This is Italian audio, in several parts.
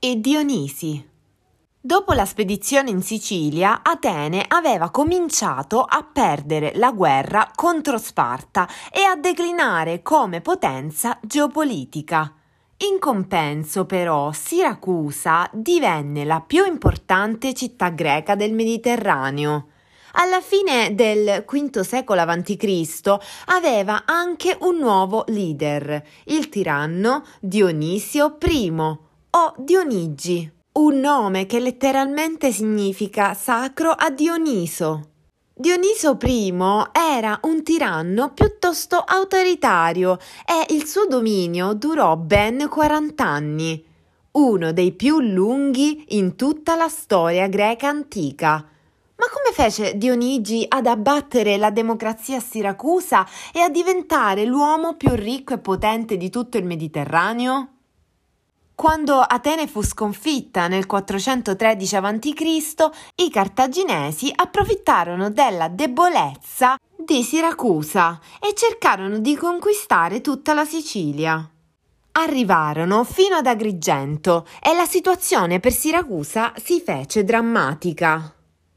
e Dionisi. Dopo la spedizione in Sicilia, Atene aveva cominciato a perdere la guerra contro Sparta e a declinare come potenza geopolitica. In compenso, però, Siracusa divenne la più importante città greca del Mediterraneo. Alla fine del V secolo a.C. aveva anche un nuovo leader, il tiranno Dionisio I o Dionigi. Un nome che letteralmente significa sacro a Dioniso. Dioniso I era un tiranno piuttosto autoritario e il suo dominio durò ben 40 anni, uno dei più lunghi in tutta la storia greca antica. Ma come fece Dionigi ad abbattere la democrazia a Siracusa e a diventare l'uomo più ricco e potente di tutto il Mediterraneo? Quando Atene fu sconfitta nel 413 a.C., i cartaginesi approfittarono della debolezza di Siracusa e cercarono di conquistare tutta la Sicilia. Arrivarono fino ad Agrigento e la situazione per Siracusa si fece drammatica.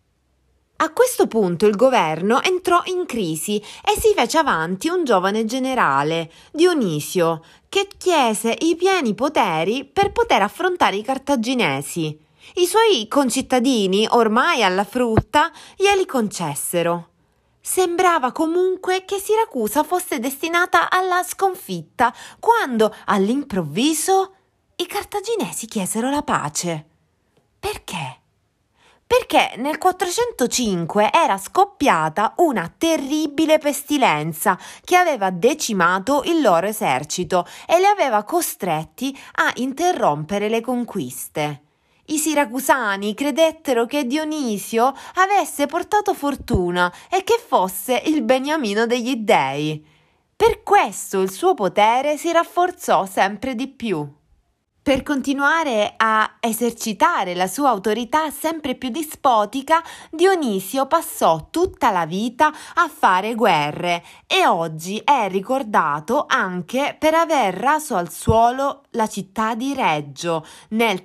A questo punto il governo entrò in crisi e si fece avanti un giovane generale, Dionisio, che chiese i pieni poteri per poter affrontare i cartaginesi. I suoi concittadini, ormai alla frutta, glieli concessero. Sembrava comunque che Siracusa fosse destinata alla sconfitta, quando, all'improvviso, i cartaginesi chiesero la pace. Perché? Perché nel 405 era scoppiata una terribile pestilenza che aveva decimato il loro esercito e li aveva costretti a interrompere le conquiste. I siracusani credettero che Dionisio avesse portato fortuna e che fosse il beniamino degli dei. Per questo il suo potere si rafforzò sempre di più. Per continuare a esercitare la sua autorità sempre più dispotica, Dionisio passò tutta la vita a fare guerre e oggi è ricordato anche per aver raso al suolo la città di Reggio nel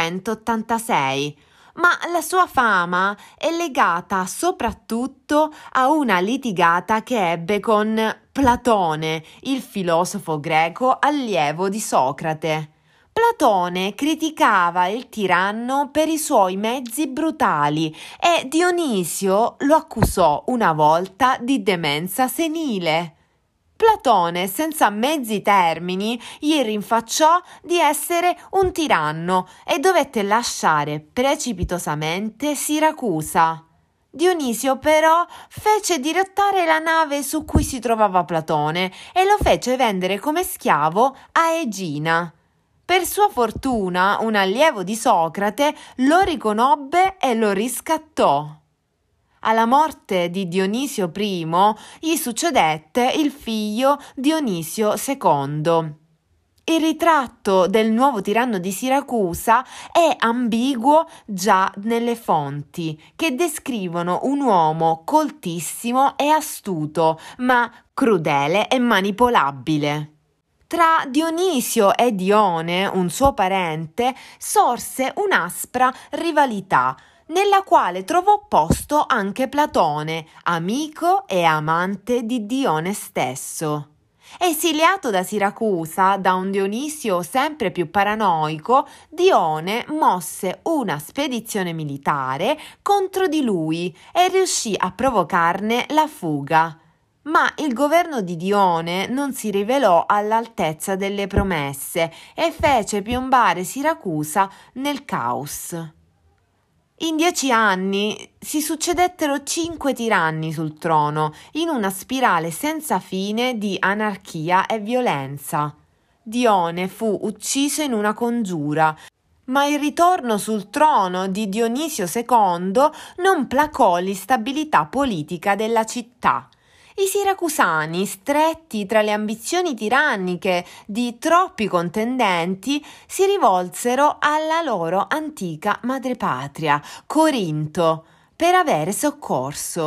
386. Ma la sua fama è legata soprattutto a una litigata che ebbe con Platone, il filosofo greco allievo di Socrate. Platone criticava il tiranno per i suoi mezzi brutali e Dionisio lo accusò una volta di demenza senile. Platone, senza mezzi termini, gli rinfacciò di essere un tiranno e dovette lasciare precipitosamente Siracusa. Dionisio però fece dirottare la nave su cui si trovava Platone e lo fece vendere come schiavo a Egina. Per sua fortuna, un allievo di Socrate lo riconobbe e lo riscattò. Alla morte di Dionisio I gli succedette il figlio Dionisio II. Il ritratto del nuovo tiranno di Siracusa è ambiguo già nelle fonti, che descrivono un uomo coltissimo e astuto, ma crudele e manipolabile. Tra Dionisio e Dione, un suo parente, sorse un'aspra rivalità, nella quale trovò posto anche Platone, amico e amante di Dione stesso. Esiliato da Siracusa da un Dionisio sempre più paranoico, Dione mosse una spedizione militare contro di lui e riuscì a provocarne la fuga. Ma il governo di Dione non si rivelò all'altezza delle promesse e fece piombare Siracusa nel caos. In 10 anni si succedettero 5 tiranni sul trono, in una spirale senza fine di anarchia e violenza. Dione fu ucciso in una congiura, ma il ritorno sul trono di Dionisio II non placò l'instabilità politica della città. I siracusani, stretti tra le ambizioni tiranniche di troppi contendenti, si rivolsero alla loro antica madrepatria, Corinto, per avere soccorso.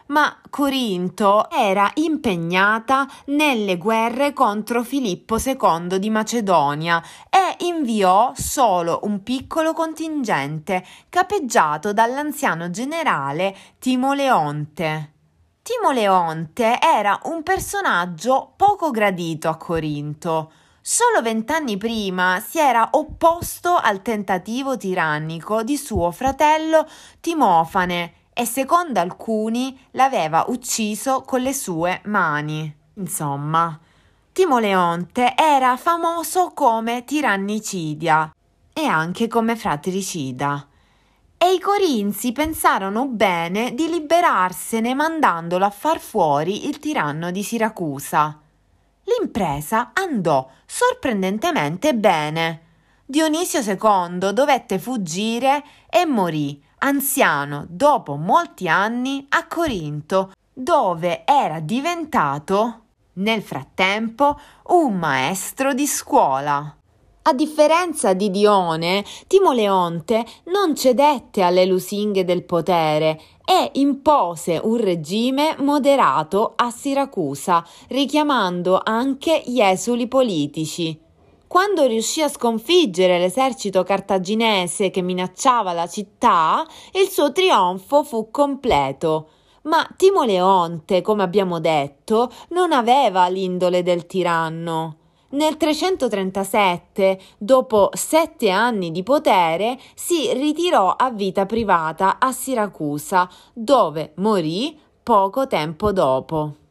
ma Corinto era impegnata nelle guerre contro Filippo II di Macedonia e inviò solo un piccolo contingente capeggiato dall'anziano generale Timoleonte. Timoleonte era un personaggio poco gradito a Corinto. Solo 20 anni prima si era opposto al tentativo tirannico di suo fratello Timofane e secondo alcuni l'aveva ucciso con le sue mani. Insomma, Timoleonte era famoso come tirannicidia e anche come fratricida. E i corinzi pensarono bene di liberarsene mandandolo a far fuori il tiranno di Siracusa. L'impresa andò sorprendentemente bene. Dionisio II dovette fuggire e morì, anziano, dopo molti anni, a Corinto, dove era diventato, nel frattempo, un maestro di scuola. A differenza di Dione, Timoleonte non cedette alle lusinghe del potere e impose un regime moderato a Siracusa, richiamando anche gli esuli politici. Quando riuscì a sconfiggere l'esercito cartaginese che minacciava la città, il suo trionfo fu completo. Ma Timoleonte, come abbiamo detto, non aveva l'indole del tiranno. Nel 337, dopo 7 anni di potere, si ritirò a vita privata a Siracusa, dove morì poco tempo dopo.